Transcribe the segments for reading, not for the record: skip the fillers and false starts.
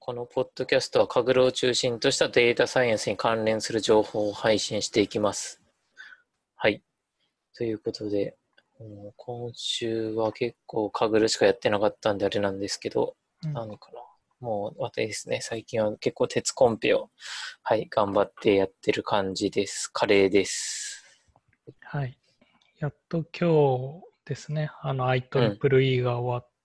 このポッドキャストはカグルを中心としたデータサイエンスに関連する情報を配信していきます。はい。ということで、今週は結構カグルしかやってなかったんであれなんですけど、何かな。もう私ですね、最近は結構鉄コンペを、はい、頑張ってやってる感じです。カレーです。 はい。やっと今日ですね、IEEE が終わって、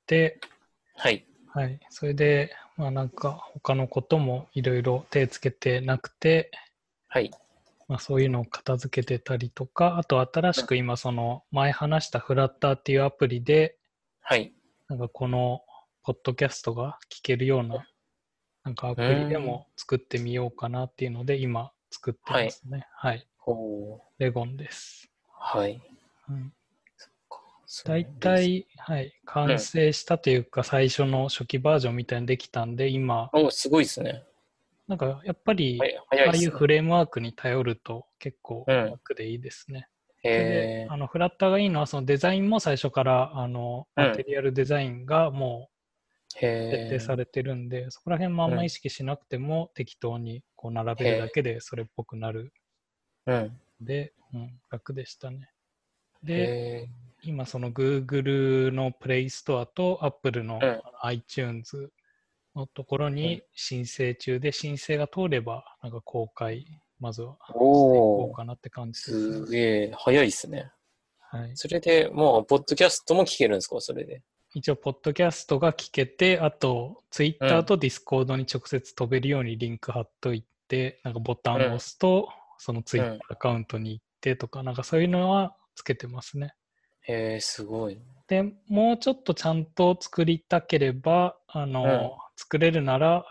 はい。 はい。それで、なんか他のこともいろいろ手つけてなくて、 はい。 そういうのを片付けてたりとか、あと新しく今その前話したフラッターっていうアプリで、 はい。 なんかこのポッドキャストが聞けるような、なんかアプリでも作ってみようかなっていうので今作ってはい。 ますね。はい。レゴンです。 はい。 うん、 そう大です。 体、はい、完成したというか、最初の初期バージョンみたいにできたんで、今、 すごいですね。 なんかやっぱり、 早いですね。 ああいうフレームワークに頼ると結構楽でいいですね。それで、フラッターがいいのは、そのデザインも最初から、マテリアルデザインがもう設定されてるんで、そこら辺もあんま意識しなくても、適当にこう並べるだけでそれっぽくなるで、楽でしたね。で、今その Google の Play Store と Apple の iTunes のところに申請中で、申請が通ればなんか公開まずはしていこうかなって感じですね。 すげえ、早いですね。 はい。 それでもう、ポッドキャストも聞けるんですか、それで。 一応、ポッドキャストが聞けて、あと、Twitter と Discord に直接飛べるようにリンク貼っといて、なんかボタンを押すと、その Twitter アカウントに行ってとか、なんかそういうのはつけてますね。 へえ、すごい。 で、もうちょっとちゃんと作りたければ、作れるなら、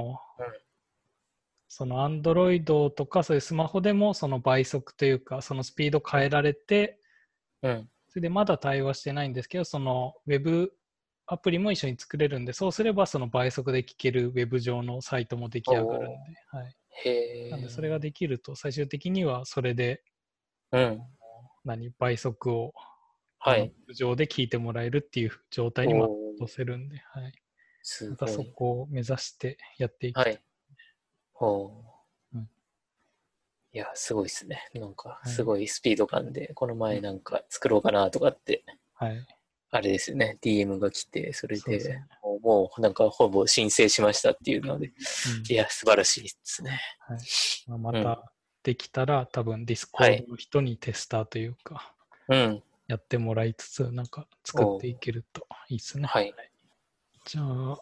その Android とかそういうスマホでもその倍速というか、そのスピード変えられて、それでまだ対応してないんですけど、その Web アプリも一緒に作れるんで、そうすればその倍速で聞ける Web 上のサイトも出来上がるんで、はい。なんでそれができると、最終的にはそれで、倍速を上で聞いてもらえるっていう状態に戻せるんで、はい。またそこを目指してやっていきたい。 いや、すごいですね。なんか、すごいスピード感で、この前なんか作ろうかなとかって、あれですよね、DM が来て、それで、もうなんかほぼ申請しましたっていうので、いや、素晴らしいですね。 はい。またできたら、多分 Discord の人にテスターというか、やってもらいつつ、なんか作っていけるといいですね。じゃあ、はい。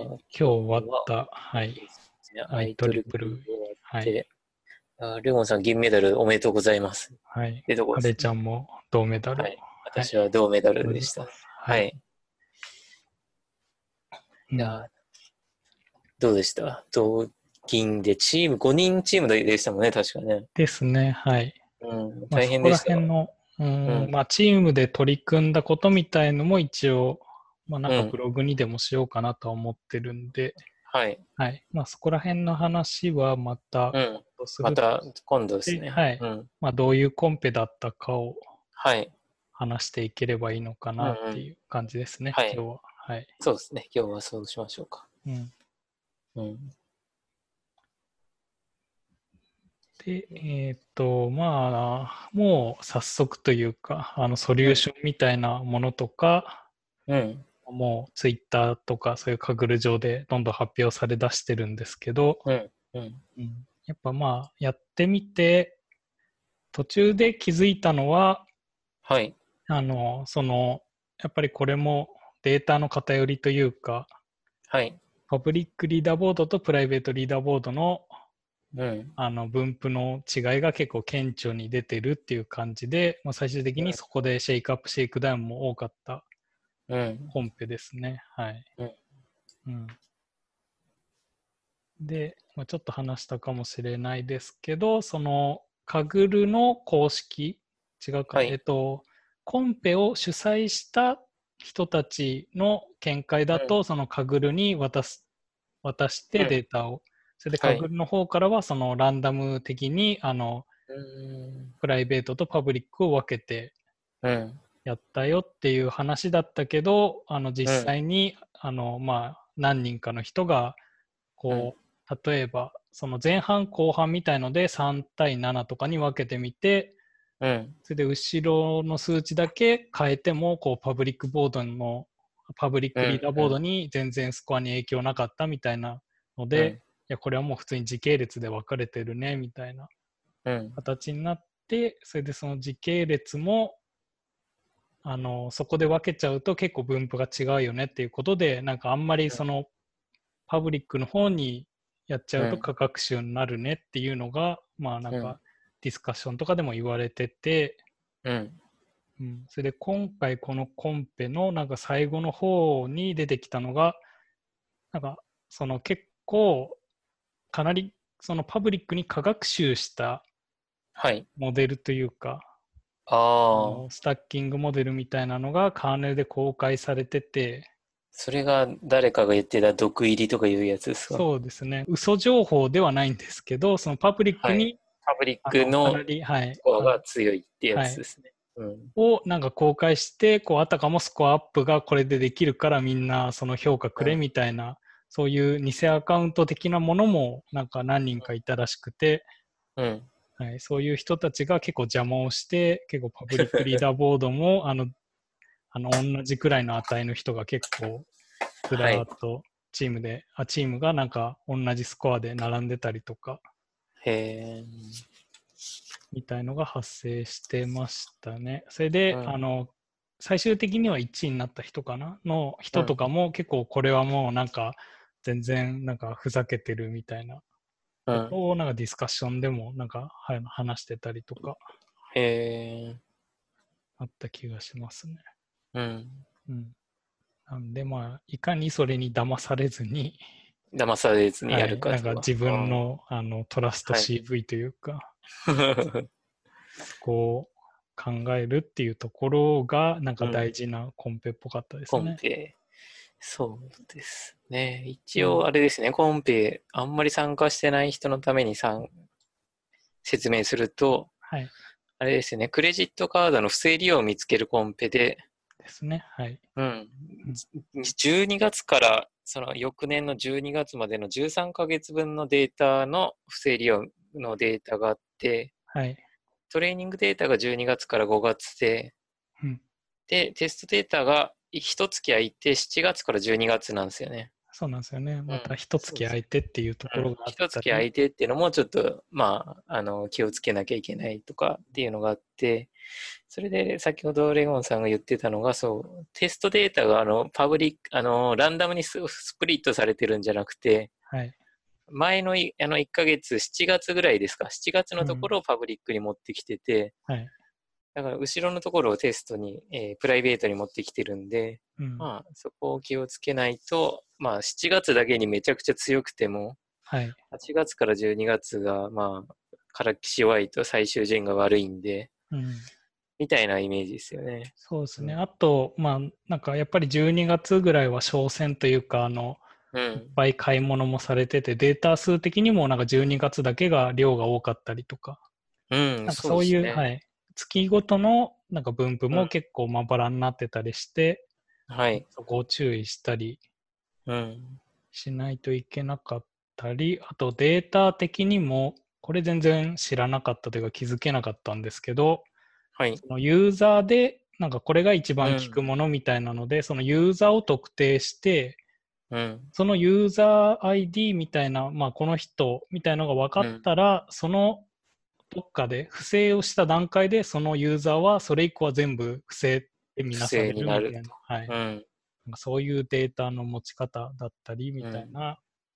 今日終わった、はい。 アイトリプル終わはい。 って、レゴンさん銀メダルおめでとうございます。 はい。カレちゃんも銅メダルを。 はい。私は銅メダルでした。はい。いや、どうでした銅銀でチーム、5人チームでしたもんね、確かね。 ですね、はい。 大変でした。 そこら辺の、チームで取り組んだことみたいのも一応、なんかブログにでもしようかなとは思ってるんで、 はい。 はい。そこら辺の話はまた今度するまた今度ですね。 はい。どういうコンペだったかを話していければいいのかなっていう感じですね、今日は。はい。 そうですね。今日はそうしましょうか。 で、もう早速というか、ソリューションみたいなものとか、もうツイッターとかそういうカグル上でどんどん発表され出してるんですけど、やっぱやってみて、途中で気づいたのは、やっぱりこれもデータの偏りというか、パブリックリーダーボードとプライベートリーダーボードの分布の違いが結構顕著に出てるっていう感じで、最終的にそこでシェイクアップ、シェイクダウンも多かったコンペですね。はい。で、ちょっと話したかもしれないですけど、そのカグルの公式、違うか、コンペを主催した人たちの見解だと、そのカグルに渡してデータを、それでカグルの方からはそのランダム的にプライベートとパブリックを分けてやったよっていう話だったけど、実際に何人かの人がこう、例えば、その前半後半みたいので3対7とかに分けてみて、それで後ろの数値だけ変えても、こう、パブリックリーダーボードに全然スコアに影響なかったみたいなので、いや、これはもう普通に時系列で分かれてるね、みたいな形になって、それでその時系列も、そこで分けちゃうと結構分布が違うよねっていうことで、なんかあんまりそのパブリックの方にやっちゃうと価格集になるねっていうのが、まあなんかディスカッションとかでも言われてて、それで今回このコンペのなんか最後の方に出てきたのが、なんかその結構かなりそのパブリックに価格集したモデルというか、スタッキングモデルみたいなのがカーネルで公開されてて、 それが誰かが言ってた毒入りとかいうやつですか？ そうですね。嘘情報ではないんですけど、そのパブリックに、 パブリックのスコアが強いってやつですね。 をなんか公開して、こうあたかもスコアアップがこれでできるからみんなその評価くれみたいな、そういう偽アカウント的なものもなんか何人かいたらしくて、そういう人たちが結構邪魔をして、結構パブリックリーダーボードも同じくらいの値の人が結構ずらーっとチームがなんか同じスコアで並んでたりとか、みたいのが発生してましたね。それで、最終的には1位になった人かなの人とかも結構これはもうなんか全然なんかふざけてるみたいなことをなんかディスカッションでもなんか話してたりとかあった気がしますね。なんでまあいかにそれに騙されずにやるかとなんか自分のトラスト CV というか、そこを考えるっていうところがなんか大事なコンペっぽかったですね。 コンペ。そうですね。一応あれですね、コンペあんまり参加してない人のために説明すると、あれですね、クレジットカードの不正利用を見つけるコンペですね。 12月からその翌年の12月までの13ヶ月分のデータの不正利用のデータがあって、トレーニングデータが12月から5月で、で、テストデータが1月空いて7月から12月なんですよね。 そうなんですよね。また一月空いてっていうところがあったり。 一月空いてっていうのもちょっと、まあ、気をつけなきゃいけないとかっていうのがあって、それで先ほどレゴンさんが言ってたのが、そう、テストデータがパブリック、ランダムにスプリットされてるんじゃなくて、前の1ヶ月、7月ぐらいですか、7月のところをパブリックに持ってきてて、だから後ろのところをテストに、プライベートに持ってきてるんで、まあそこを気をつけないと、まあ7月だけにめちゃくちゃ強くても、8月から12月がまあからきし弱いと最終順が悪いんで、みたいなイメージですよね。 そうですね。あと、まあなんかやっぱり12月ぐらいは商戦というか、いっぱい買い物もされてて、データ数的にもなんか12月だけが量が多かったりとか、なんかそういう、月ごとのなんか分布も結構まばらになってたりして、そこを注意したりしないといけなかったり、あとデータ的にも、これ全然知らなかったというか気づけなかったんですけど、そのユーザーでなんかこれが一番効くものみたいなので、そのユーザーを特定して、そのユーザー ID みたいな、まあ、この人みたいなのが分かったら、そのどっかで不正をした段階でそのユーザーはそれ以降は全部不正で見なされるみたいな、そういうデータの持ち方だったりみたいな、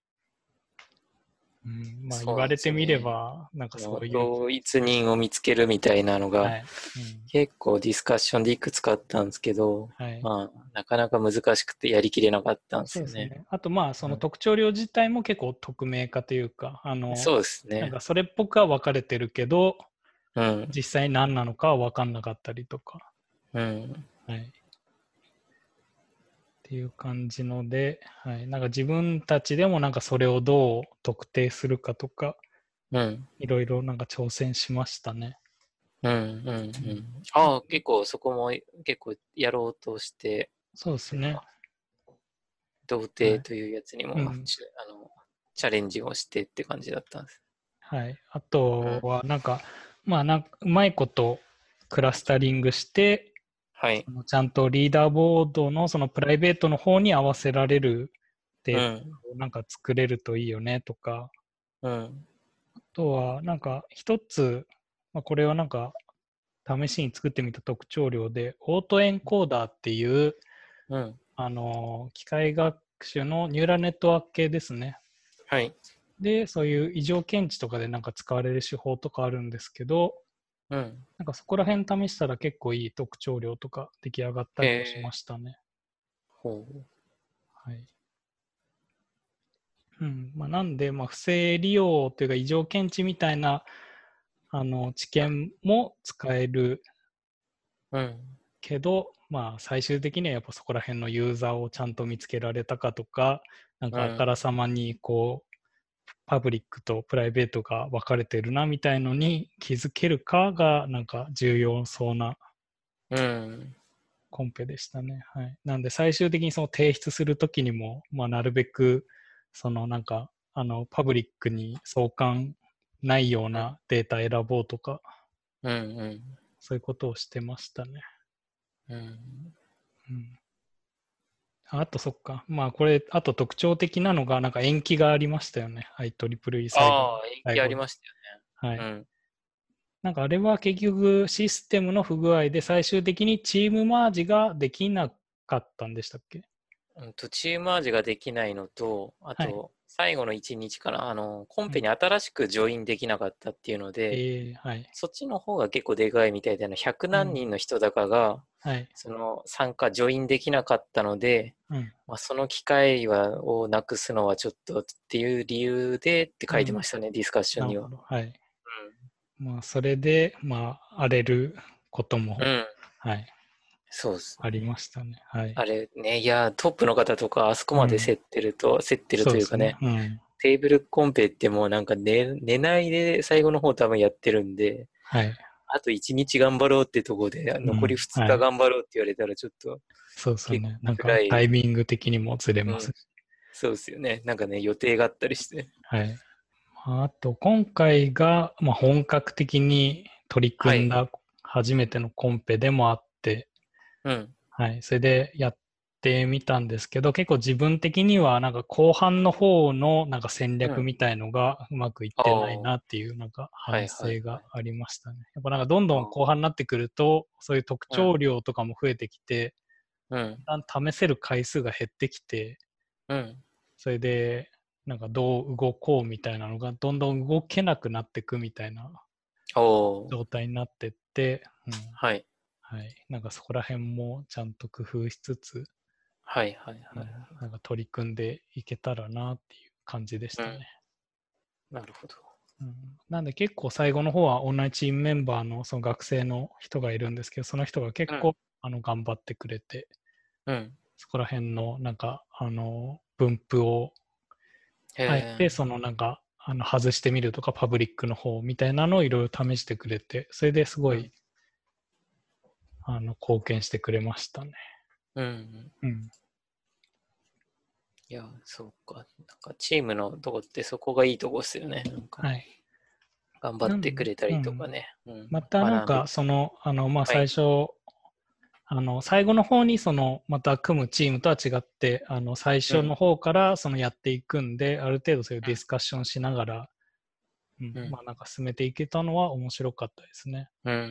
まあ言われてみればなんかそういう同一人を見つけるみたいなのが、結構ディスカッションでいくつかあったんですけど、まあなかなか難しくてやりきれなかったんですよね。 あとまあその特徴量自体も結構匿名化というか、 そうですね。 なんかそれっぽくは分かれてるけど、実際何なのかは分かんなかったりとか。っていう感じので、なんか自分たちでもなんかそれをどう特定するかとか、いろいろなんか挑戦しましたね。 ああ、結構そこも結構やろうとして、 そうですね。 童貞というやつにも、 チャレンジをしてって感じだったんです。 はい。あとは、なんか、まあうまいことクラスタリングして、 はい。 ちゃんとリーダーボードのそのプライベートの方に合わせられるデータをなんか作れるといいよねとか、 うん。 あとはなんか一つ、まあ、これはなんか試しに作ってみた特徴量で、オートエンコーダーっていう、 うん。 機械学習のニューラルネットワーク系ですね。 はい。 で、そういう異常検知とかでなんか使われる手法とかあるんですけど、 うん。 なんかそこら辺試したら結構いい特徴量とか出来上がったへりもしまえ。 したね。 ほう。 はい。うんまあ、なんで、まあ、不正利用というか異常検知みたいな知見も使えるうん。 けど、まあ、最終的にはやっぱそこら辺のユーザーをちゃんと見つけられたかとか、なんかあからうん。 さまにこう、パブリックとプライベートが分かれてるなみたいのに気づけるかがなんか重要そうなうん。 コンペでしたね。はい。なんで最終的にその提出するときにも、まあ、なるべくそのなんかパブリックに相関ないようなデータ選ぼうとか、 うん。うん。 そういうことをしてましたね。 うん。 うん、あとそっか。まあこれ、あと特徴的なのがなんか延期がありましたよね。IEEE 最後ああ、延期あ最後で。 りましたはい。 よね。 なんかあれは結局システムの不具合で最終的にチームマージができなかったんでしたっけ？ チームマージができないのと、あはい。 と、最後の1日かな、コンうん、 ペに新しくジョインできなかったっていうので、 はい。 そっちの方が結構でかいみたいで、100 うん。 何人の人だかが、 はい。 その参加、ジョインできなかったので、 うん。 まあ、その機会をなくすのはちょっとっていう理由でって書いてまうん。 したね、ディスカッションには。 なるほど。はい。まあそれで、まあ荒れることも、 うん。うん。 はい。 そうですありね。 ましたね。はい。 あれね、いや、トップの方とか、あそこまでうん。 競ってるそうですね。 というかね、 うん。 テーブルコンペってもうなんか寝ないで最後の方多分やってるんで、 はい。 あと1日頑張ろうってとこで、残りうん。 2 はい。 日頑張ろうって言われたらちょっとそうですよ結ね。なんか構辛い。 タイミング的にもずれうん。 ますし。 そうですよね。なんかね、予定があったりして。 はい。あと、今回が、まあ、本格的に取りはい。 組んだ初めてのコンペでもあって、 うん。 はい。それでやってみたんですけど、結構自分的にはなんか後半の方のなんか戦うん。 略みたいのがうまくいっあてないなあ。 っていうなんか反はいはい省はい。 がありましたね。やっぱなんかどんどん後ああ。 半になってくると、そういう特うん。 徴量とかも増えてきて、 うん。 だんだん試せる回数が減ってきて、 うん。 それでなんかどう動こうみたいなのがどんどん動けなくなっていくみたいなおお。 状態になってって、うん、 はい。 はい。なんかそこら辺もちゃんと工夫しつつ、 はいはいうん、 はい。 なんか取り組んでいけたらなっていう感じでしうん。 たね。 なるほど。 うん、なんで結構最後の方は同じチームメンバーのその学生の人がいるんですけど、その人が結うん。 構頑張ってくれて、 うん。 そこら辺のなんか分布をへあえてえ。 そのなんか外してみるとかパブリックの方みたいなのをいろいろ試してくれて、それですごうん。 い貢献してくれましたね。 うん。 うん。 いや、そうか。なんかチームのとこってそこがいいとこっすよね。なんか、 はい。 頑張ってくれたりとうん。 かね。うん。 またなん学んで。 か、まあ、 はい。 最初、最後の方に、また組むチームとは違って、最うん。 初の方からやっていくんで、ある程度そういうディスカッションしながら、うん、 うん。 まあなんか進めていけたのは面白かったですね。 うん。うん。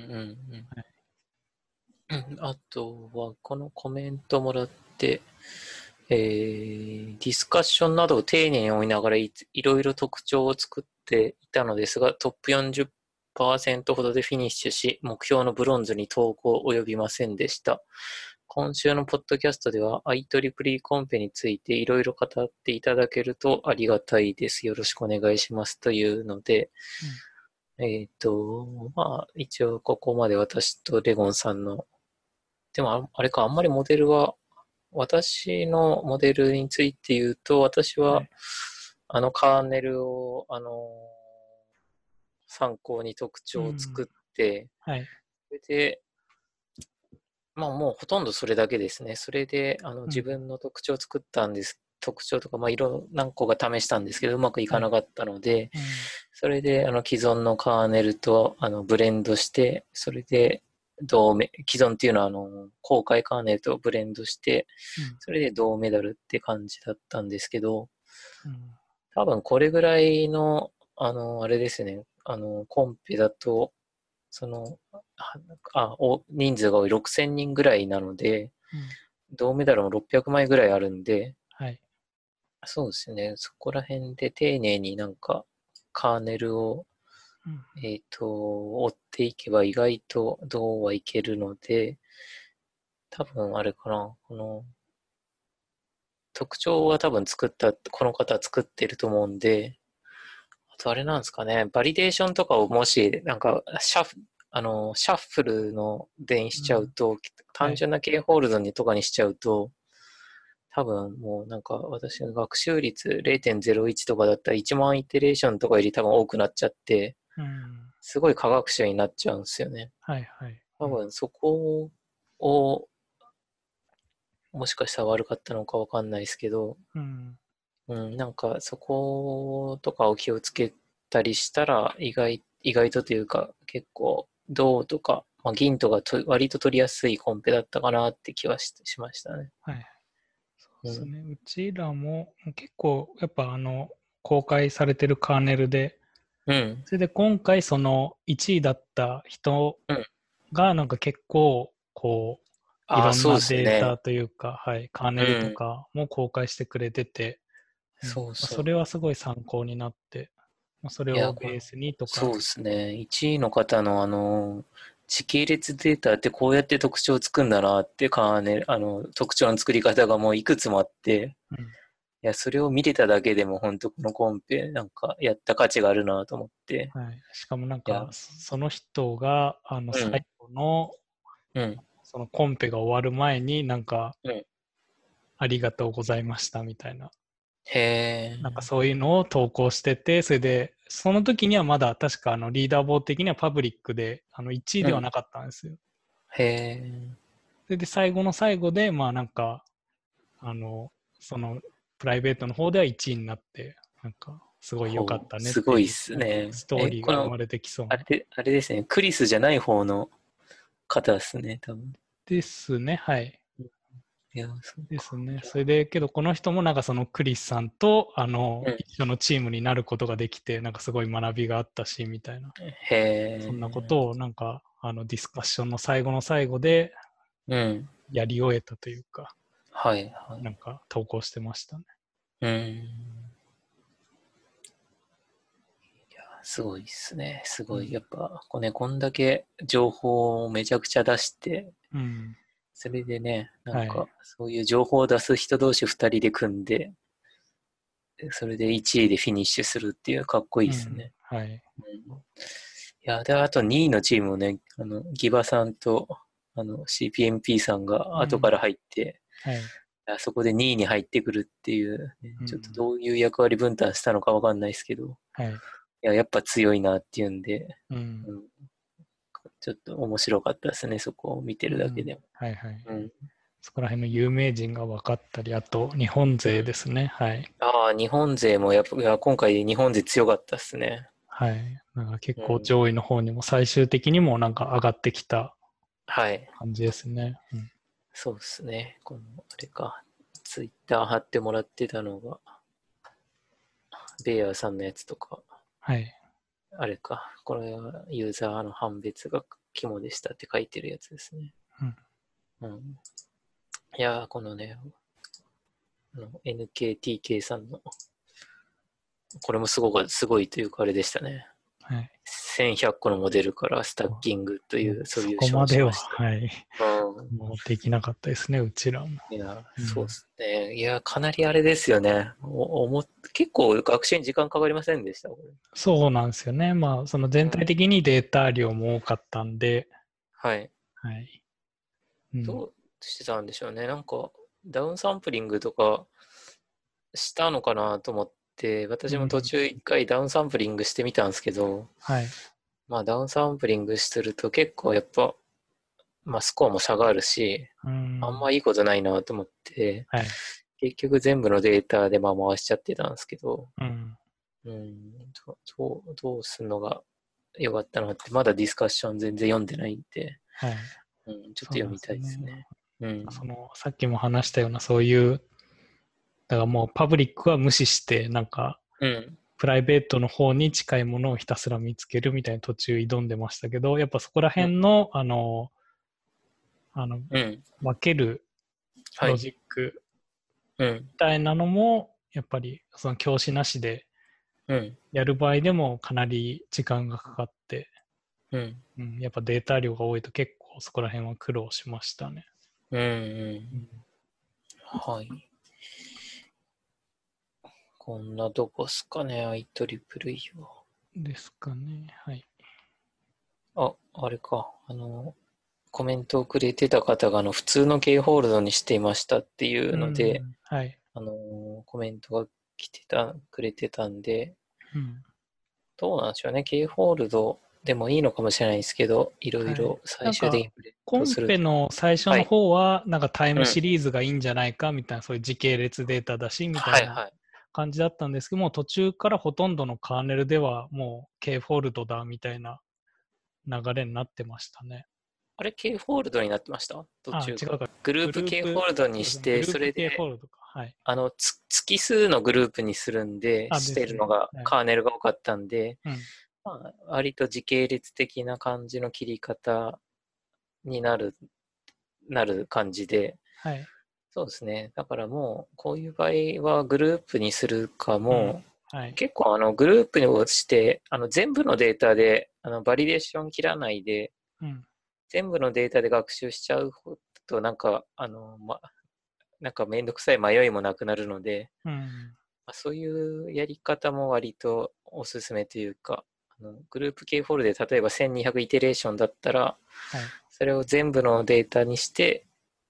はい。 うん。あとは、このコメントもらって、ディスカッションなどを丁寧に追いながらいろいろ特徴を作っていたのですが、トップ40%ほどでフィニッシュし、目標のブロンズに投稿及びませんでした。今週のポッドキャストでは IEEE コンペについていろいろ語っていただけるとありがたいです。よろしくお願いします。というので、 うん。 まあ、一応ここまで私とレゴンさんの、でもあれか、あんまりモデルは私のモデルについて言うと、私は、 はい。 カーネルを、参考に特うん。 徴を作って、 はい。 それで、まあもうほとんどそれだけですね。それで、 うん。 自分の特徴を作ったんです特徴とか、何個か試したんですけど、うまくいかなかったので、それで、既存のカーネルと、ブレンドして、それで、既存っていうのは、公開カーネルとブレンドして、それで銅メダルって感じだったんですけど、多分これぐらいの、あれですね、コンペだと、人数が多い6000人ぐらいなので、銅メダルも600枚ぐらいあるんで、 はい。 そうですね、そこら辺で丁寧になんか、カーネルを、追っていけば意外と銅はいけるので、多分あれかな、特徴は多分この方作ってると思うんで、あとあれなんですかね、バリデーションとかをもし、なんか、シャッフルのでにしちゃうと、単純な K ホールドにとかにしちゃうと、多分もうなんか私の学習率0.01とかだったら1万イテレーションとかより多分多くなっちゃって、すごい科学者になっちゃうんですよね。 はいはい。 多分そこを、もしかしたら悪かったのかわかんないですけど、なんかそことかを気をつけたりしたら意外とというか結構銅とか、銀とか割と取りやすいコンペだったかなって気はしましたね。 はい。そうですね。うちらも結構やっぱ公開されてるカーネルで、それで今回その1位だった人がなんか結構こういろんそうなですね。 データというか、はい、カーネルとかも公開してくれてて、それはすごい参考になって、それをベースにとか。 そうですね。1位の方の時系列データってこうやって特徴をつくんだなって特徴の作り方がもういくつもあって、いや、それを見れただけでも本当このコンペなんかやった価値があるなと思って。 はい。しかもなんか、その人が、最後の、そのコンペが終わる前になんか、ありがとうございましたみたいな。なんかそういうのを投稿してて、それで、その時にはまだ確かリーダーボード的にはパブリックで、1位ではなかったんですよ。それで最後の最後で、まあなんか、そのプライベートの方では1位になって、なんか、すごい良かったねっていう、 すごいっすね。 ストーリーが生まれてきそうな。 あれですね。クリスじゃない方の方ですね、多分。 ですね、はい。 いや、そうですね。それで、けどこの人もなんかそのクリスさんと、一緒のチームになることができて、なんかすごい学びがあったし、みたいな。そんなことをなんか、ディスカッションの最後の最後で、やり終えたというか、なんか投稿してましたね。 すごいっすね。すごい。やっぱ、こんだけ情報をめちゃくちゃ出して、それでね、なんか、そういう情報を出す人同士2人で組んで、それで1位でフィニッシュするっていうかっこいいですね。いや、で、あと2位のチームをね、ギバさんと、CPMP さんが後から入って、そこで2位に入ってくるっていう、ちょっとどういう役割分担したのかわかんないですけど、やっぱ強いなっていうんで、ちょっと面白かったですね、そこを見てるだけでも。 そこら辺の有名人が分かったり、あと日本勢ですね。 日本勢も今回日本勢強かったですね。 なんか結構上位の方にも最終的にもなんか上がってきた感じですね。 そうですね。あれか、ツイッター貼ってもらってたのが、ベアさんのやつとか、あれか、これはユーザーの判別が肝でしたって書いてるやつですね。いやー、このね、NKTK さんの、これもすごいというかあれでしたね。1100個のモデルからスタッキングというソリューションをしました。 そこまでは、もうできなかったですね、うちらも。 いや、そうですね。いや、かなりあれですよね。結構学習に時間かかりませんでした、これ。 そうなんですよね。まあ、その全体的にデータ量も多かったんで。 どうしてたんでしょうね。なんか、ダウンサンプリングとかしたのかなと思って、私も途中一回ダウンサンプリングしてみたんですけど、まあダウンサンプリングすると結構やっぱ、まあスコアも下がるし、あんまいいことないなと思って、 結局全部のデータで回しちゃってたんですけど、どうするのがよかったなって、まだディスカッション全然読んでないんで、 はい。 ちょっと読みたいですね。 さっきも話したようなそういう、だからもうパブリックは無視して、なんか、プライベートの方に近いものをひたすら見つけるみたいな途中挑んでましたけど、やっぱそこら辺の、分けるロジックみたいなのも、やっぱりその教師なしでやる場合でもかなり時間がかかって、やっぱデータ量が多いと結構そこら辺は苦労しましたね。 はい。こんなとこっすかね、IEEE は。 ですかね、はい。 あれか、コメントをくれてた方が、普通の K ホールドにしていましたっていうので、 はい。 コメントがくれてたんで、どうなんでしょうね、K ホールドでもいいのかもしれないですけど、いろいろ最終的にコンペの最初の方は、なんかタイムシリーズがいいんじゃないかみたいな、そういう時系列データだし、みたいな感じだったんですけども、途中からほとんどのカーネルではもう K フォールドだみたいな流れになってましたね。 あれ K フォールドになってました？途中から。グループ K フォールドにして、それで、月数のグループにするんで、してるのが、カーネルが多かったんで、割と時系列的な感じの切り方になる感じで、そうですね。だからもう、こういう場合はグループにするかも、結構グループをして、全部のデータで、バリデーション切らないで、全部のデータで学習しちゃうと、なんかめんどくさい迷いもなくなるので、そういうやり方も割とおすすめというか、グループ K フォルで例えば1200イテレーションだったら、それを全部のデータにして、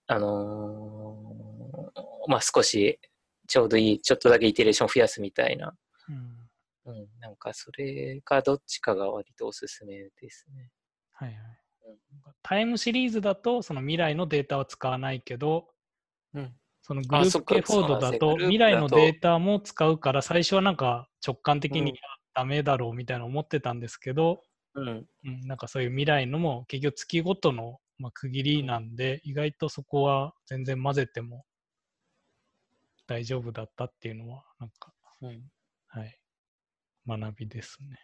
少しちょうどいい、ちょっとだけイテレーション増やすみたいな。なんかそれかどっちかが割とおすすめですね。 タイムシリーズだとその未来のデータは使わないけど、そのグループ系フォードだと未来のデータも使うから最初はなんか直感的にダメだろうみたいな思ってたんですけど、なんかそういう未来のも結局月ごとの区切りなんで、意外とそこは全然混ぜても大丈夫だったっていうのはなんか、学びですね。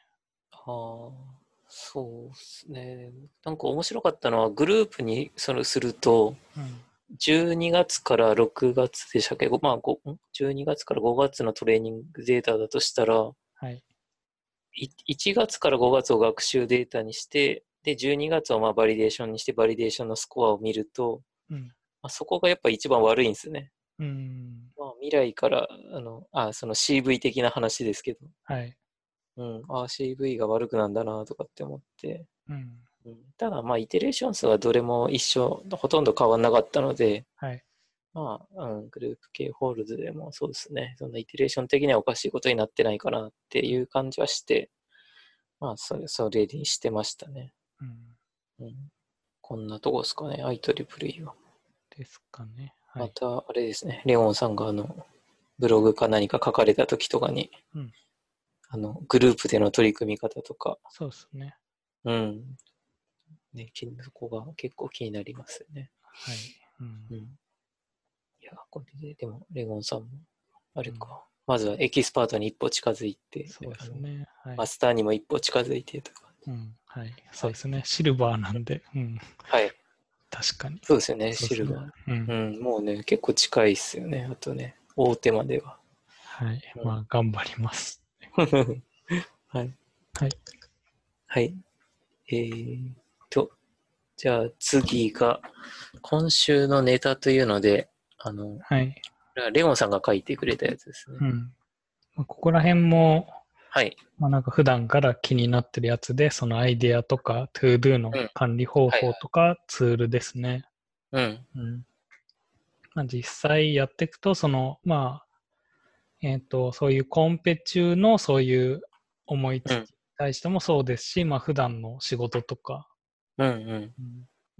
そうですね。なんか面白かったのはグループにすると、12月から6月でしたっけ、12月から5月のトレーニングデータだとしたら、1月から5月を学習データにして、で、12月をバリデーションにして、バリデーションのスコアを見ると、そこがやっぱ一番悪いんですね。未来から、その CV 的な話ですけど、CV が悪くなんだなとかって思って、ただイテレーション数はどれも一緒、ほとんど変わんなかったので、グループ系ホールズでもそうですね、そんなイテレーション的にはおかしいことになってないかなっていう感じはして、それにしてましたね。こんなとこですかね、IEEE は。 ですかね。 また、あれですね、レオンさんがブログか何か書かれた時とかに、グループでの取り組み方とか、 そうですね。 そこが結構気になりますよね。いや、これで、でも、レゴンさんも、あれか、まずはエキスパートに一歩近づいて、 そうですね。 マスターにも一歩近づいてとか。 そうですね。シルバーなんで。確かに。 そうですよね、シルバー。もうね、結構近いっすよね。あとね、大手までは。 頑張ります。 じゃあ次が、今週のネタというので、レオンさんが書いてくれたやつですね。 ここら辺も、なんか普段から気になってるやつで、そのアイデアとか、トゥードゥの管理方法とか、ツールですね。実際やっていくと、そういうコンペ中のそういう思いつきに対してもそうですし、普段の仕事とか、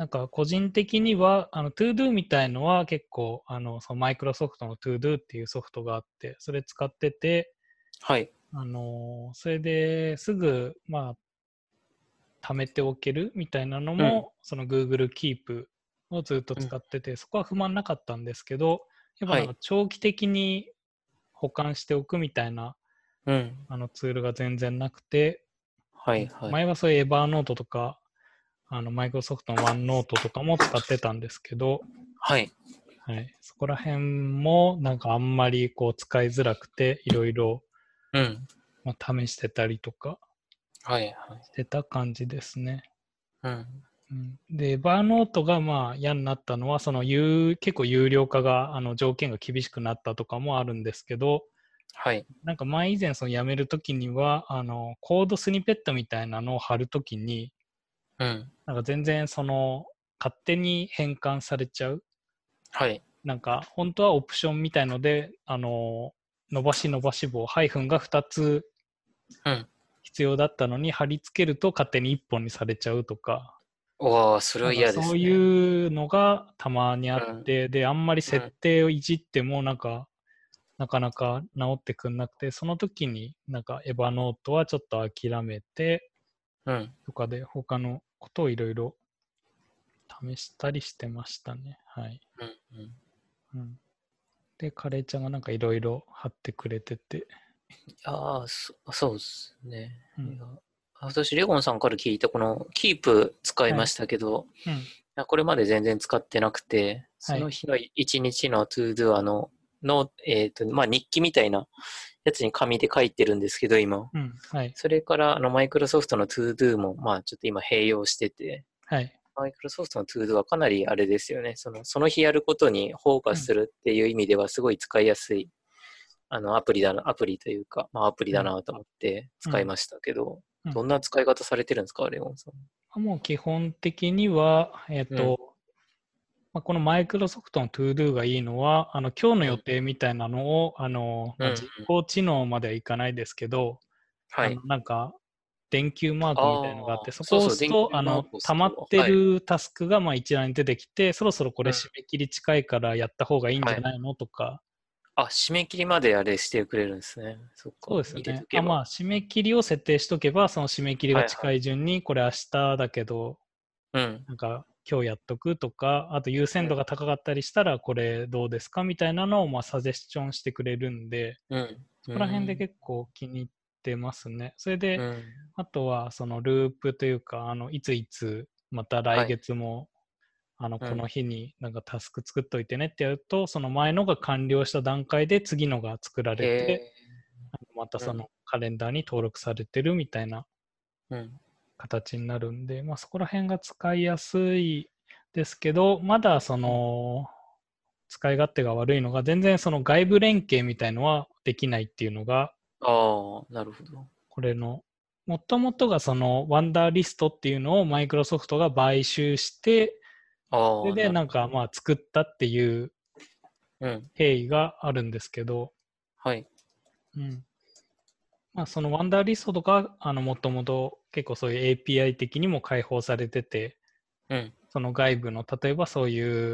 なんか個人的には、ToDo みたいのは結構、そのマイクロソフトの ToDo っていうソフトがあって、それ使ってて、 はい。 それですぐ、まあ、貯めておけるみたいなのうん。 も、その Google Keep をずっとうん。 使ってて、そこは不満なかったんですけど、やっぱなんかはい。 長期的に保管しておくみたいなうん。 ツールが全然なくて、 はい。はい。 前はそういうエバーノートとか、マイクロソフトのワンノートとかも使ってたんですけど、 はい。 はい、そこら辺もなんかあんまりこう使いづらくて、いろいろうん。 試してたりとかはい。はい。 してた感じですね。 うん。 うん、で、バーノートがまあ嫌になったのは、その結構有料化が条件が厳しくなったとかもあるんですけど、 はい。 なんか前以前そのやめるときには、コードスニペットみたいなのを貼るときに、 うん。 なんか全然その勝手に変換されちゃう。 はい。 なんか本当はオプションみたいので、伸ばし伸ばし棒、ハイフンが2つうん。 必要だったのに貼り付けると勝手に1本にされちゃうとか、 わあ、それは嫌でなんかそうすね。 いうのがたまにあっうん。 て、で、あんまり設うん。 定をいじってもなんか、なかなか直ってくんなくて、その時になんかエヴァノートはちょっと諦めて、 うん。 とかで他のことをいろいろ試したりしてましたね。はい。 うん。うん。 うん、で、カレーちゃんがなんかいろいろ貼ってくれてて、 ああ、そうですね。 うん。 いや、私、レゴンさんから聞いたこのキープ使いまはい。 したけど、 うん。 これまで全然使ってなくて、 はい。 その日の一日のトゥードゥの、まあ、日記みたいなやつに紙で書いてるんですけど、今。 うん。はい。 それから、マイクロソフトのトゥードゥも、まあ、ちょっと今併用してて、 はい。 マイクロソフトのトゥードゥはかなりあれですよね。その日やることにフォーカうん。 スするっていう意味ではすごい使いやすい、アプリというか、まあ、アプリだはい。 なと思ってうん。 使いましたけど、 うん。 どんな使い方されてるんですか、レオンさん。 もう基本的には、 うん、 まあ、このマイクロソフトの ToDo がいいのは、今日の予うん、 定みたいなのを、まあ、 うん、うん。 実行知能まではいかないですけど、 はい。 なんか、電球マークみたいなのがあって、 ああ、 そこをそうそう、電押すと、 球マークを押溜すと、 まってはい。 るタスクがまあ一覧に出てきて、そろそろこれうん、 締め切り近いからやった方がいいんじはい。 ゃないのとか、 あ、締め切りまであれしてくれるんですね。そっそうか、入れですね。あ、 とけば。 まあ、締め切りを設定しとけば、その締め切りがはいはい。 近い順に、これ明日だけど、 うん、 なんか今日やっとくとか、あと優先度うん、 が高かったりしたら、これどうですかみたいなのをまあサジェスチョンしてくれるんで、 うん、 そこら辺でうん、 結構気に入ってますね。それで、 うん。 あとはそのループというか、いついつまた来はい。 月もこのうん。 日になんかタスク作っといてねってやると、その前のが完了した段階で次のが作らへれて、 え。 またうん、 そのカレンダーに登録されてるみたいなうん。 形になるんで、まあ、そこら辺が使いやすいですけど、まだその使い勝手が悪いのが、全然その外部連携みたいのはできないっていうのが、 ああ、なるほど。 これの、もともとがそのワンダーリストっていうのをマイクロソフトが買収して、それああ、 でなんなるほど。 かまあ作ったっていううん。 経緯があるんですけど、 はい。 うん。まあ、そのワンダーリストとか、もともと結構そういう API 的にも開放されてて、 うん。 その外部の、例えばそういう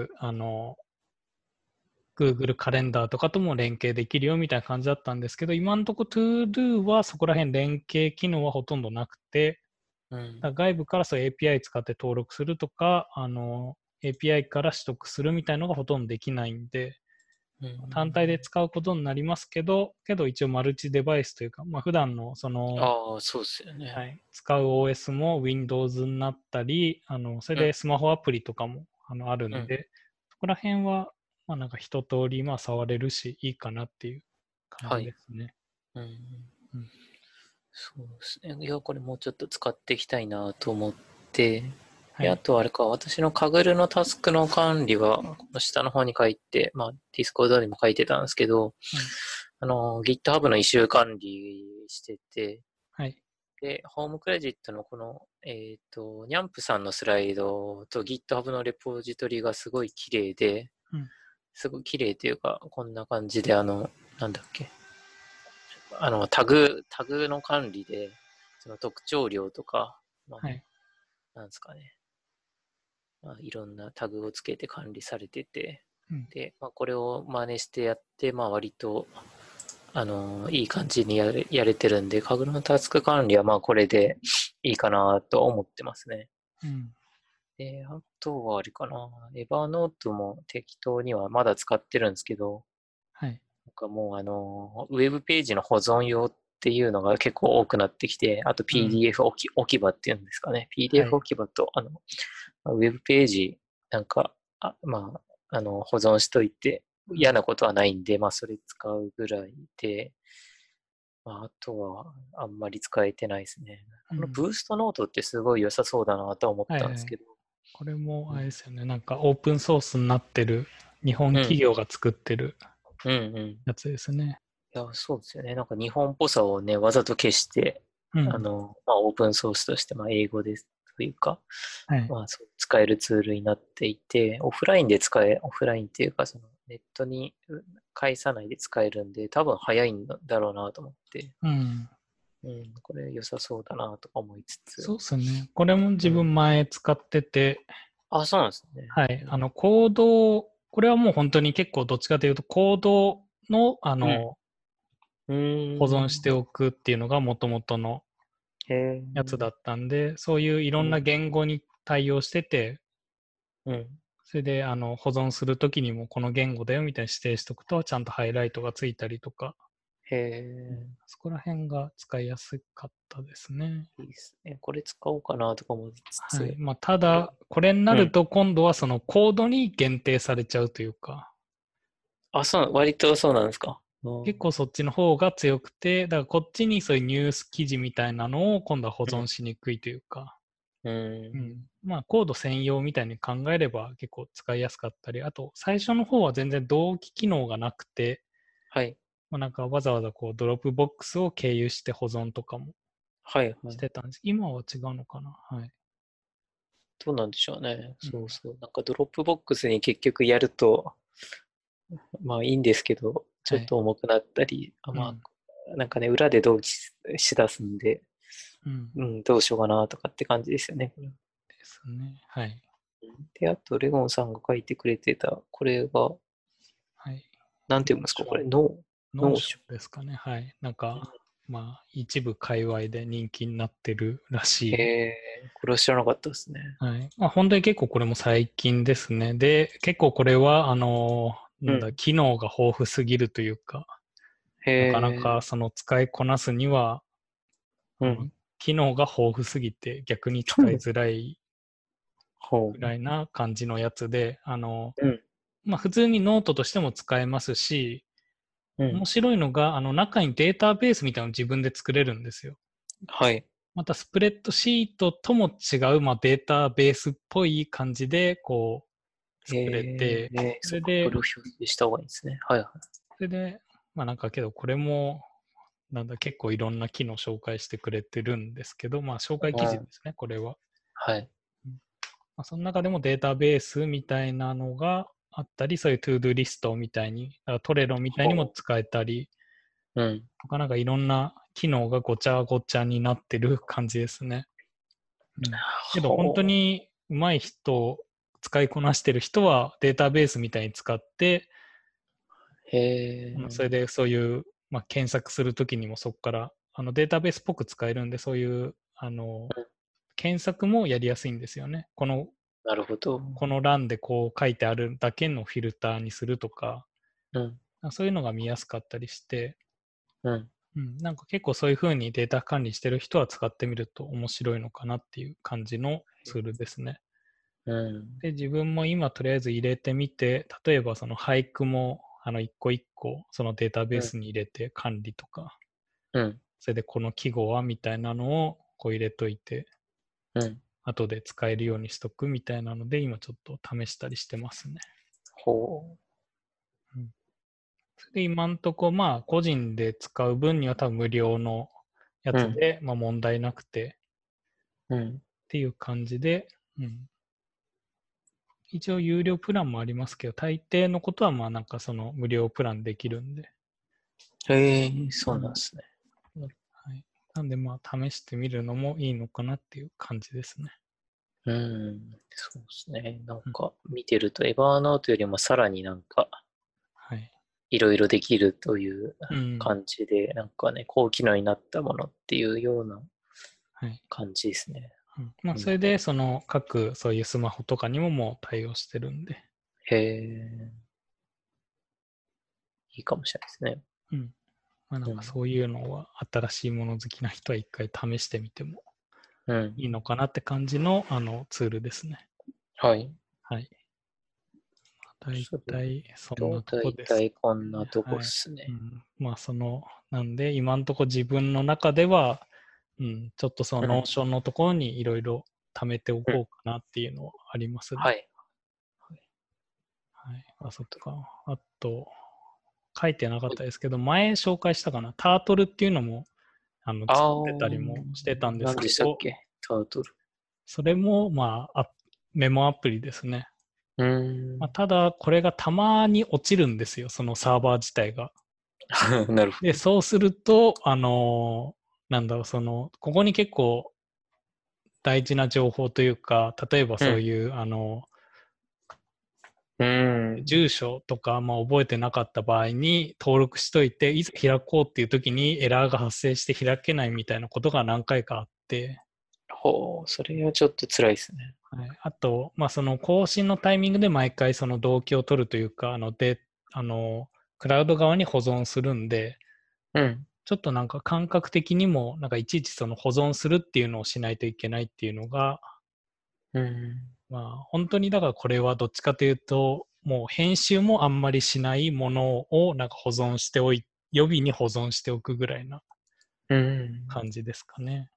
、Google カレンダーとかとも連携できるよみたいな感じだったんですけど、今のところ ToDo はそこら辺連携機能はほとんどなくて、 うん。 だから外部からそういう API 使って登録するとか、API から取得するみたいなのがほとんどできないんで、 うん。 単体で使うことになりますけど一応マルチデバイスというか、まあ、普段のその、 ああ、そうですよね。 はい、使う OS も Windows になったり、それうん。 でスマホアプリとかもあるうん。 んで、そこら辺は、まあなんか一通りまあ触れるし、いいかなっていう感じはい。 ですね。 うん。 うん。 そうですね。いや、これもうちょっと使っていきたいなと思って、で、あはい。 とあれか、私のカグルのタスクの管理は、この下の方に書いて、まあ、Discord にも書いてたんですけど、 うん。 GitHub のイシュー管理してて、 はい。 で、ホームクレジットのこの、ニャンプさんのスライドと GitHub のレポジトリがすごい綺麗で、 うん。 すごい綺麗というか、こんな感じで、なんだっけ、タグの管理で、その特徴量とか、まあ、 はい。 なんですかね、 いろんなタグをつけて管理されてて、 うん、 で、これを真似してやって、割と、いい感じにやれてるんで、カグルのタスク管理はこれでいいかなと思ってますね。 うん、 で、あとはあれかな、エバーノートも適当にはまだ使ってるんですけど、 はい。 なんかもうウェブページの保存用っていうのが結構多くなってきて、あとうん、 PDF 置き場っていうんですかね。 は PDF い。 置き場と、ウェブページなんか、保存しといてうん、 嫌なことはないんで、それ使うぐらいで、あとはあんまり使えてないですね。このうん、 ブーストノートってすごい良さそうだなと思っはいはい。 たんですけど。 これもうん。 あれですよね。なんかオープンソースになってる日本うん。 企業が作ってるうん。うん。 やつですね。 いや、そうですよね。なんか日本っぽさをね、わざと消して、 うん。 オープンソースとして、英語ですというか、 はい。 そう使えるツールになっていて、オフラインっていうか、そのネットに返さないで使えるんで、多分早いんだろうなと思って、 うん。 うん、これ良さそうだなとか思いつつ、 そうですね。これも自うん。 分前使ってて、 あ、そうなんですね。 はい。コード、これはもう本当に結構どっちかというと、コードの、 うん。う保ーん。 存しておくっていうのが元々のへえ。 やつだったんで、そういういろんなうん。 言語に対応してて、 うん。 それで保存するときにもこの言語だよみたいに指定しておくと、ちゃんとハイライトがついたりとか、 へうん、 え。 そこら辺が使いやすかったですね。 いいですね。これ使おうかなとか思いつはい。 つ、 まあ、ただ、これになうん。 ると今度はそのコードに限定されちゃうというか、 あ、割とそうなんですか。うん。 結構そっちの方が強くて、だからこっちにそういうニュース記事みたいなのを今度は保存しにくいというか、 ううん。 ん。 まあ、コード専用みたいに考えれば結構使いやすかったり、あと、最初の方は全然同期機能がなくて、 はい。 まあ、なんかわざわざこうドロップボックスを経由して保存とかもはい、はい。 してたんです。今は違うのかな。はい。 どうなんでしょうね。 うん。 そうそう。なんかドロップボックスに結局やると、いいんですけど、ちょっはい。 と重くなったり、 うん。 なんかね、裏で同期しだすんで、 うん。 うん、どうしようかなとかって感じですよね。これですね。はい。 で、あと、レゴンさんが書いてくれてた、これが、 はい。 なんてノ読むんですかこれ、 ーション。ノーショノーション。 ンですかね。はい。なんか、まあ、一部界隈で人気になってるらしへい。 え、これは知らなかったですね。 はい。まあ、本当に結構これも最近ですね。で、結構これは、なんだ、 うん。 機能が豊富すぎるというか、 へなかなえ、 かその使いこなすには、あの、 うん。 機能が豊富すぎて逆に使いづらいほぐらいな感じのやつで、 う。うん。 まあ、普通にノートとしても使えますし、 うん。 面白いのが、中にデータベースみたいなのを自分で作れるんですよ。 はい。 また、スプレッドシートとも違う、まあ、データベースっぽい感じで、こう、作れて、そそっか、これで、 れを表示した方がいいんですね。はいはそれで、まあなんかけど、これも、なんだ、結構いろんな機能紹介してくれてるんですけど、まあ、紹介い。 記事うん。 ですね、これは。 はい。 うん、まあ、その中でもデータベースみたいなのがあったり、そういうトゥードゥリストみたいに、だからトレロみたいにもほ使えたり、 う。うん。 とかなんかいろんな機能がごちゃごちゃになってる感じですね。うん。けど本当ほに上手い人、使いこなしてる人はデータベースみたいに使って、 う。へえ。 それでそういう、まあ、検索するときにもそこからデータベースっぽく使えるんで、そういううん。 検索もやりやすいんですよね。 なるほど。 この欄でこう書いてあるだけのフィルターにするとか、 うん。 そういうのが見やすかったりして、 うん。 うん、なんか結構そういう風にデータ管理してる人は使ってみると面白いのかなっていう感じのツールですね。 うん。 で、自分も今とりあえず入れてみて、例えばその俳句も一個一個そのデータベーうん。 スに入れて管理とか、 うん。 それでこの記号はみたいなのをこう入れといて、 うん。 後で使えるようにしとくみたいなので、今ちょっと試したりしてますね。 ほうん、それで今んとこ、まあ個人で使う分には多分無料のやう。うん。 つで、まあ問題なくてうん。 っていう感じで、うん、一応有料プランもありますけど、大抵のことはまあなんかその無料プランできるんで。 へえ、そうん、 うなんですね。 はい。なんでまあ試してみるのもいいのかなっていう感じですね。 そうですね。なんか見てると、エヴァーノートよりもさらになんか、いろいろできるという感じで、なんかね、高機能になったものっていうような感じですね。 まあ、それで、その各そういうスマホとかにももう対応してるんで。 へえ。いいかもしれないですね。 まあ、なんかそういうのは新しいもの好きな人は一回試してみてもいいのかなって感じの、ツールですね。 はい。 はい。大体そんなとこです。 大体こんなとこっすね。 まあなんで今のところ自分の中では、ちょっとそのノーションのところにいろいろ貯めておこうかなっていうのはありますね。 はい。 あ、そっか。あと、書いてなかったですけど、前紹介したかな、タートルっていうのも作ってたりもしてたんですけど、 何でしたっけ、タートル。 それも、まあ、メモアプリですね。まあ、ただ、これがたまに落ちるんですよ、そのサーバー自体が。 なるほど。 で、そうすると、なんだろう、ここに結構大事な情報というか、例えばそういう、住所とか、まあ、覚えてなかった場合に登録しといて、いざ開こうっていう時にエラーが発生して開けないみたいなことが何回かあって。 ほう、それはちょっと辛いですね。 はい、あと、まあ、その更新のタイミングで毎回その同期を取るというか、クラウド側に保存するんで、ちょっとなんか感覚的にも、なんかいちいちその保存するっていうのをしないといけないっていうのが、まあ、本当にだからこれはどっちかというと、もう編集もあんまりしないものをなんか保存して予備に保存しておくぐらいな感じですかね。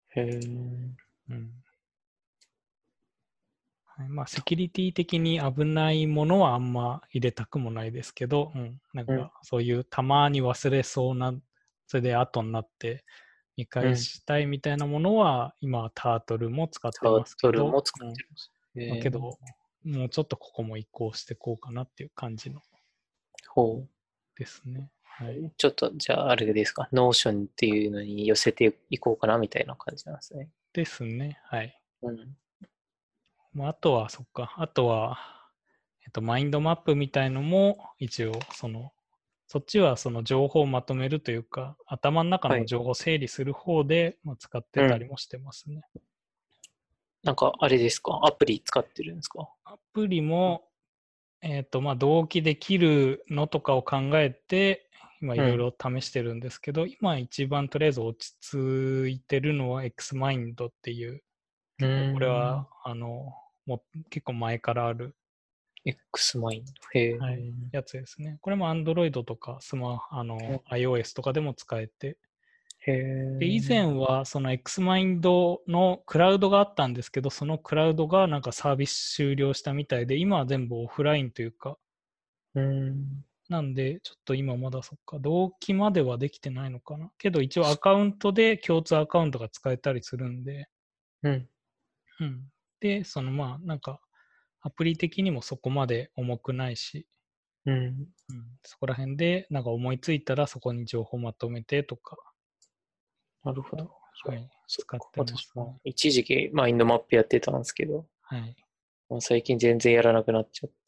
まあ、セキュリティ的に危ないものはあんま入れたくもないですけど、なんかそういうたまに忘れそうな、それで後になって見返したいみたいなものは、今はタートルも使ってますけど、 タートルも使ってまあ、けど、もうちょっとここも移行していこうかなっていう感じのですね。はい、 ちょっと、じゃああれですか、ノーションっていうのに寄せていこうかなみたいな感じなんですね。 ですね。はい。あとは、そっか。あとは、マインドマップみたいのも、一応、そっちはその情報をまとめるというか、頭の中の情報を整理する方で、まあ、使ってたりもしてますね。 なんか、あれですか、アプリ使ってるんですか？ アプリも、まあ、同期できるのとかを考えて、今いろいろ試してるんですけど、今一番とりあえず落ち着いてるのは XMind っていう、結構これは、もう結構前からある XMind。へえ。 やつですね。これも Android とかiOS とかでも使えて。で、以前はその XMind のクラウドがあったんですけど、そのクラウドがなんかサービス終了したみたいで、今は全部オフラインというか、なんで、ちょっと今まだそっか、同期まではできてないのかな。けど一応アカウントで共通アカウントが使えたりするんで、で、まあ、なんか、アプリ的にもそこまで重くないし、そこら辺で、なんか思いついたらそこに情報まとめてとか。 なるほど。 はい。使ってます、ね。 私も一時期マインドマップやってたんですけど、 はい。 最近全然やらなくなっちゃって。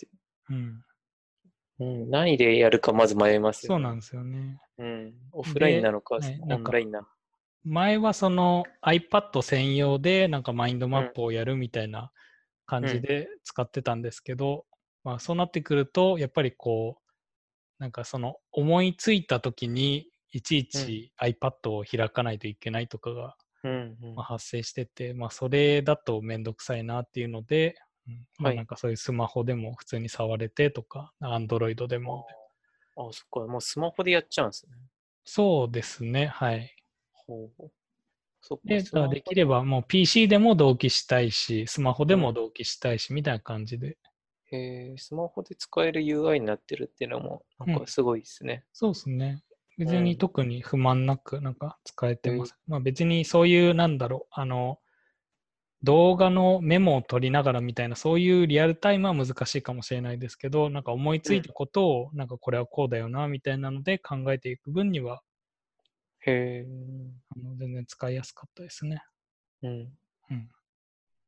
何でやるかまず迷いますよね。 そうなんですよね。 オフラインなのか、オンラインなのか。 前はその iPad 専用でなんかマインドマップをやるみたいな感じで使ってたんですけど、まあそうなってくると、やっぱりこう、なんかその思いついた時にいちいち iPad を開かないといけないとかが発生してて、まあそれだとめんどくさいなっていうので、まあなんかそういうスマホでも普通に触れてとか、Android でも。 あ、そっか、もうスマホでやっちゃうんですね。 そうですね、はい。 そっか、 で、できればもう PC でも同期したいし、スマホでも同期したいし、みたいな感じで。 スマホで使える UI になってるっていうのも、なんかすごいですね。 そうですね。別に特に不満なく、なんか使えてます。まあ別にそういう、なんだろう、動画のメモを取りながらみたいな、そういうリアルタイムは難しいかもしれないですけど、なんか思いついたことを、なんかこれはこうだよな、みたいなので考えていく分には、全然使いやすかったですね。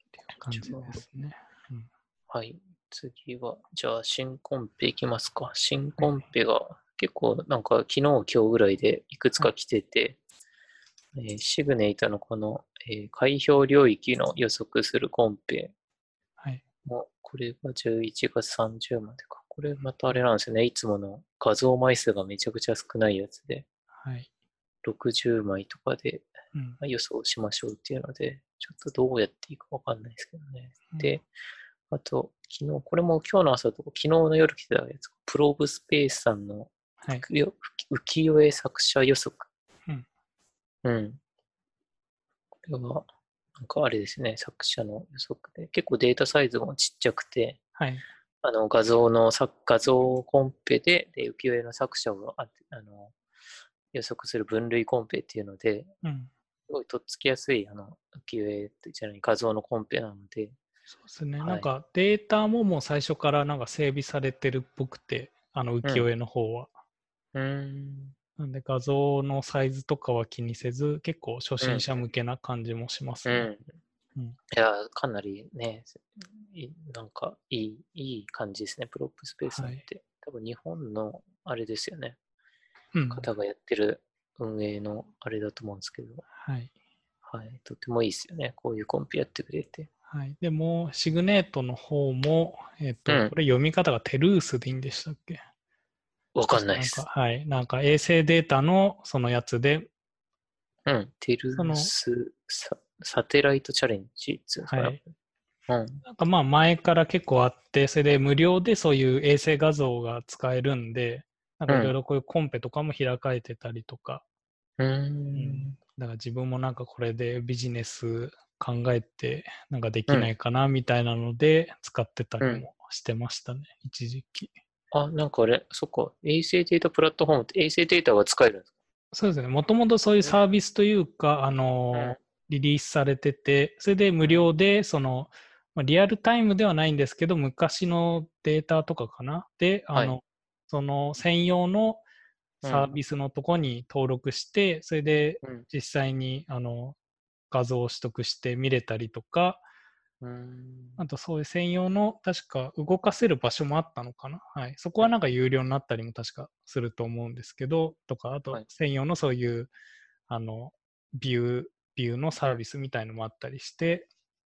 ていう感じですね。 はい。次は、じゃあ、新コンペいきますか。新コンペが結構なんか昨日、今日ぐらいでいくつか来てて、シグネイタのこの、開票領域の予測するコンペも、これが11月30までか。これまたあれなんですよね。いつもの画像枚数がめちゃくちゃ少ないやつで、60枚とかで予想しましょうっていうので、ちょっとどうやっていいかわかんないですけどね。で、あと、昨日、これも今日の朝とか、昨日の夜来てたやつ、プローブスペースさんの浮世絵作者予測。これは、なんかあれですね、作者の予測で、結構データサイズもちっちゃくて、画像コンペで浮世絵の作者を予測する分類コンペっていうので、すごいとっつきやすい浮世絵じゃない画像のコンペなので、 そうですね、なんかデータももう最初からなんか整備されてるっぽくて、浮世絵の方は。なんで画像のサイズとかは気にせず、結構初心者向けな感じもしますね。 いや、かなりね、なんかいい感じですね、プロップスペースなんて。多分日本のあれですよね、方がやってる運営のあれだと思うんですけど、とてもいいですよね、こういうコンピやってくれて。 でも、シグネートの方も、これ読み方がテルースでいいんでしたっけ？ わかんないです。 なんか衛星データのそのやつで、 テルースサテライトチャレンジっていうんですかね。 なんかまあ前から結構あって、それで無料でそういう衛星画像が使えるんで、なんかいろいろこういうコンペとかも開かれてたりとか、だから自分もなんかこれでビジネス考えてなんかできないかなみたいなので使ってたりもしてましたね、一時期。 なんかあれ、そっか、衛星データプラットフォームって衛星データが使えるんですか？ そうですね。もともとそういうサービスというか、リリースされてて、それで無料で、リアルタイムではないんですけど、昔のデータとかかなで、その専用のサービスのとこに登録して、それで実際に画像を取得して見れたりとか、あとそういう専用の確か動かせる場所もあったのかな。そこはなんか有料になったりも確かすると思うんですけど、とか、あと専用のそういうビューのサービスみたいのもあったりして、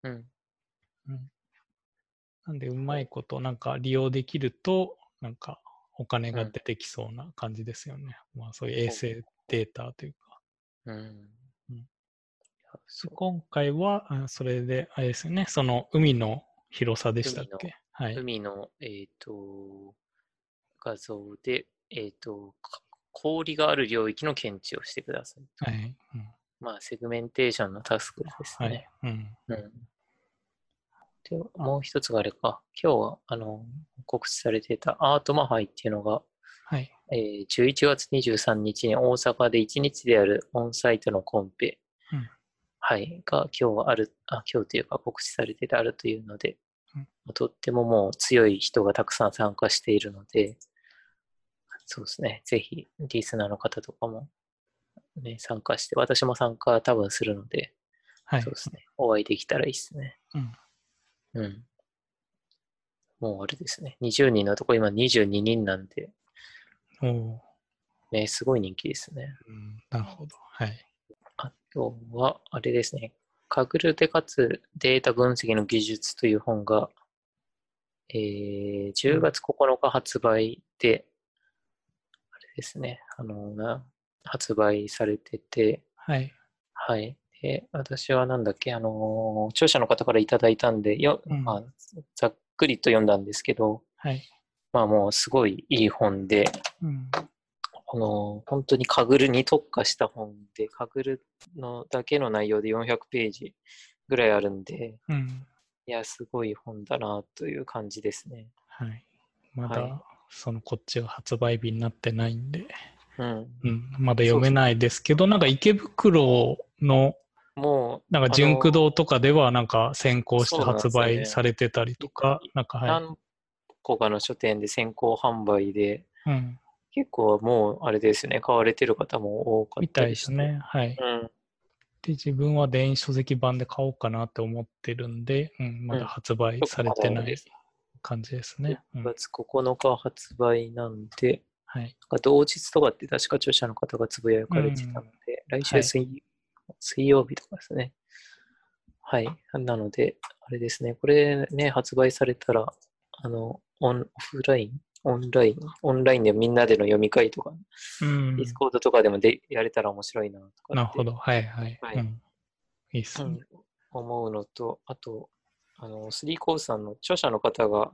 なんでうまいことなんか利用できると、なんかお金が出てきそうな感じですよね。まあそういう衛星データというか。今回は、それで、あれですよね、その海の広さでしたっけ？ 海の、画像で、氷がある領域の検知をしてください。まあ、セグメンテーションのタスクですね。で、もう一つがあれか、今日は、告知されていたアートマハイっていうのが、11月23日に大阪で1日であるオンサイトのコンペ、が今日は今日というか告知されてあるというので、とってももう強い人がたくさん参加しているので、そうですね、ぜひリスナーの方とかも、ね、参加して、私も参加多分するので、そうですね、お会いできたらいいですね。もうあれですね、20人のとこ今22人なんで、ね、すごい人気ですね。 なるほど。 あとは、あれですね、カグルでかつデータ分析の技術という本が、10月9日発売で、あれですね、発売されてて、で、私はなんだっけ、著者の方からいただいたんで、まあ、ざっくりと読んだんですけど、まあもうすごいいい本で、本当にカグルに特化した本で、カグルのだけの内容で400ページぐらいあるんで、いや、すごい本だなという感じですね。 まだ、こっちは発売日になってないんで、まだ読めないですけど、なんか池袋の、なんか純駆堂とかではなんか先行して発売されてたりとか、 何個かの書店で先行販売で、結構もうあれですね、買われてる方も多かったりして。 みたいですね。 で、自分は電子書籍版で買おうかなって思ってるんで、まだ発売されてない感じですね。 6月9日発売なんで、 はい。 同日とかって確か著者の方がつぶやかれてたので、来週水曜日とかですね。はい。なので、あれですね、これね、発売されたら、オフライン、オンラインでみんなでの読み会とか、ディスコードとかでもやれたら面白いなとかって。 なるほど。はいはい。いいっすね。 思うのと、あと、スリーコーさんの著者の方が、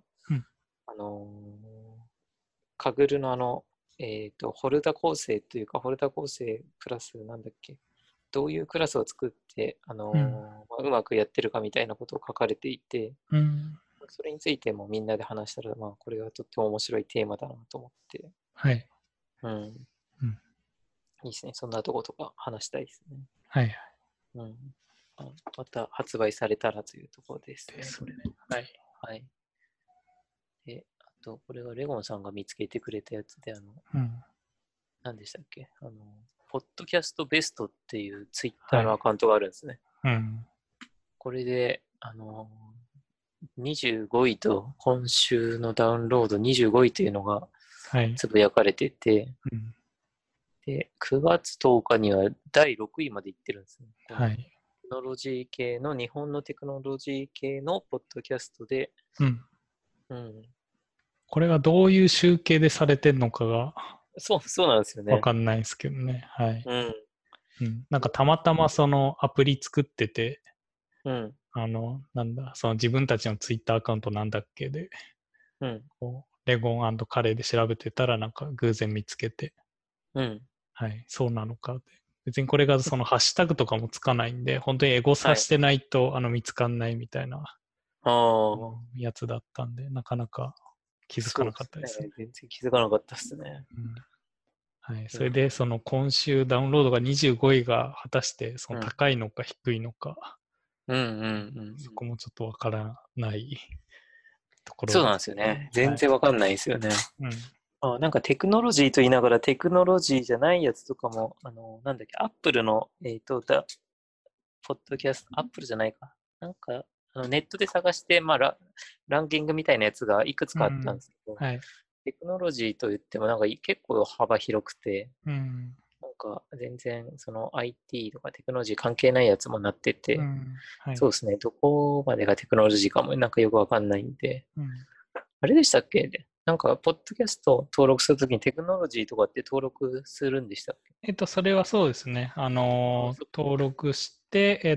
カグルのホルダ構成というか、ホルダ構成クラスなんだっけ、どういうクラスを作って、うまくやってるかみたいなことを書かれていて、それについてもみんなで話したら、これはとっても面白いテーマだなと思って、 はい。 いいですね。そんなとことか話したいですね。 はいはい。 また発売されたらというところですね。 ですね。はい。 はい。で、あと、これがレゴンさんが見つけてくれたやつで、何でしたっけ、ポッドキャストベストっていうツイッターのアカウントがあるんですね。これで、25位と、今週のダウンロード25位というのがつぶやかれてて、で、9月10日には第6位までいってるんですね。 はい。 テクノロジー系の、日本のテクノロジー系のポッドキャストで、 これがどういう集計でされてるのかが、 そうなんですよね。 わかんないですけどね。はい。なんかたまたまそのアプリ作ってて、その自分たちのツイッターアカウントなんだっけで、レゴン&カレーで調べてたらなんか偶然見つけて、はい、そうなのかって。別にこれがそのハッシュタグとかもつかないんで、本当にエゴサしてないと、見つかんないみたいな、やつだったんで、なかなか気づかなかったですね。 全然気づかなかったですね。 はい、それでその今週ダウンロードが25位が果たしてその高いのか低いのか、そこもちょっとわからないところです、ね。 そうなんですよね。全然わかんないですよね。なんかテクノロジーと言いながらテクノロジーじゃないやつとかも、なんだっけ、アップルの、ポッドキャスト、アップルじゃないか。なんか、ネットで探して、ランキングみたいなやつがいくつかあったんですけど、テクノロジーと言ってもなんか結構幅広くて、なんか全然その IT とかテクノロジー関係ないやつもなってて、そうですね、どこまでがテクノロジーかもなんかよくわかんないんで、あれでしたっけ、なんか、ポッドキャスト登録するときにテクノロジーとかって登録するんでしたっけ？ それはそうですね。登録して、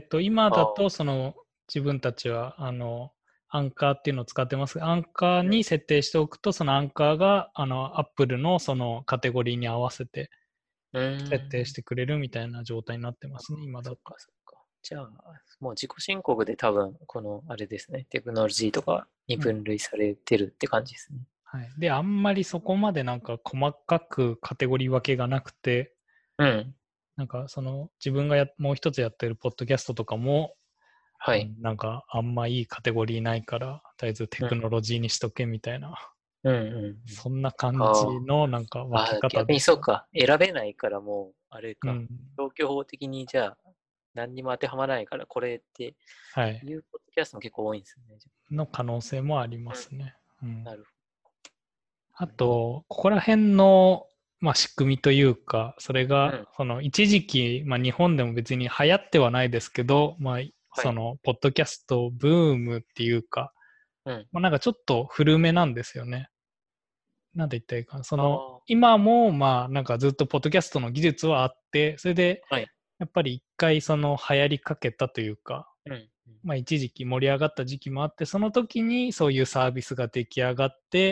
今だと、自分たちは、アンカーっていうのを使ってますが、アンカーに設定しておくと、そのアンカーが、アップルのそのカテゴリーに合わせて設定してくれるみたいな状態になってますね、今だと。 そっか。じゃあ、もう自己申告で多分、あれですね、テクノロジーとかに分類されてるって感じですね。 はい。で、あんまりそこまでなんか細かくカテゴリー分けがなくて、なんか自分がもう一つやってるポッドキャストとかも、なんかあんまいいカテゴリーないから、とりあえずテクノロジーにしとけみたいな、そんな感じのなんか分け方で。 逆にそうか、選べないからもう、あれか、消去法的にじゃあ、何にも当てはまらないから、これっていうポッドキャストも結構多いんですよね。 の可能性もありますね。 なるほど。 あと、ここら辺の、仕組みというか、それが、一時期、日本でも別に流行ってはないですけど、ポッドキャストブームっていうか、なんかちょっと古めなんですよね。なんて言ったらいいかな。今も、なんかずっとポッドキャストの技術はあって、それで、やっぱり一回流行りかけたというか、一時期盛り上がった時期もあって、その時にそういうサービスが出来上がって、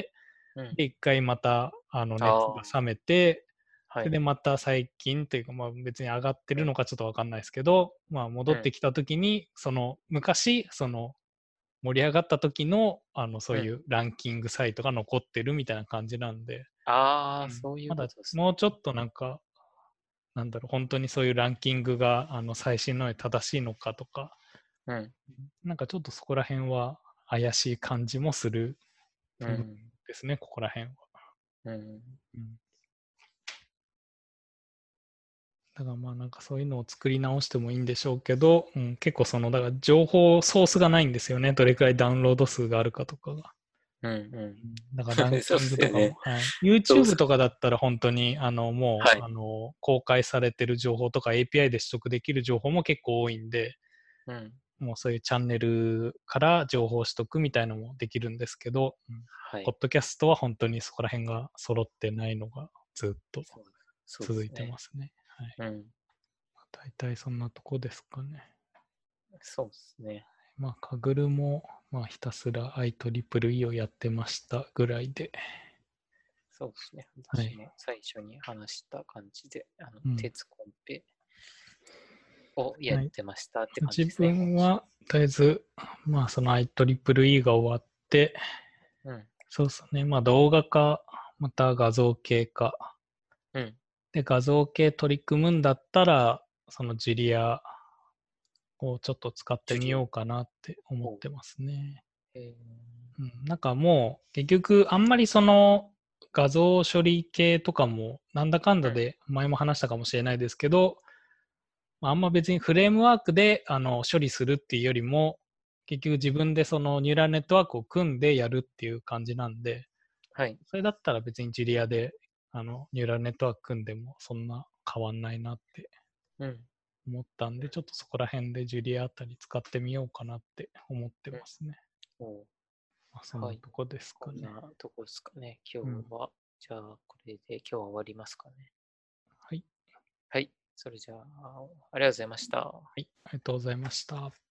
で、一回また、熱が冷めて、それでまた最近というか、別に上がってるのかちょっとわかんないですけど、戻ってきた時に、昔、盛り上がった時の、そういうランキングサイトが残ってるみたいな感じなんで、 そういうことですね。もうちょっとなんか、なんだろう、本当にそういうランキングが最新のに正しいのかとか、なんかちょっとそこら辺は怪しい感じもする部分ですね、ここら辺は。 だからまあなんかそういうのを作り直してもいいんでしょうけど、結構だから情報ソースがないんですよね。どれくらいダウンロード数があるかとかが。だからランそうキングとかも。 ですよね。 はい。YouTube とかだったら本当に、もう、 はい。 公開されてる情報とか API で取得できる情報も結構多いんで、もうそういうチャンネルから情報取得みたいのもできるんですけど、ポッドキャストは本当にそこら辺が揃ってないのがずっと続いてますね。はい。大体そんなとこですかね。 そうですね。 まあ、カグルも、まあ、ひたすら IEEE をやってましたぐらいで。 そうですね。私も最初に話した感じで、鉄コンペをやってましたって感じですね。 自分は、とりあえず、まあ、その IEEE が終わって、そうですね。まあ、動画か、また画像系か。で、画像系取り組むんだったら、そのジュリアをちょっと使ってみようかなって思ってますね。なんかもう、結局、あんまりその画像処理系とかも、なんだかんだで、前も話したかもしれないですけど、あんま別にフレームワークで処理するっていうよりも、結局自分でそのニューラルネットワークを組んでやるっていう感じなんで、それだったら別にジュリアでニューラルネットワーク組んでもそんな変わんないなって思ったんで、ちょっとそこら辺でジュリアあたり使ってみようかなって思ってますね。そんなとこですかね。 こんなとこですかね。今日は、じゃあこれで今日は終わりますかね。 はい。 はい。それじゃあ、ありがとうございました。 はい。ありがとうございました。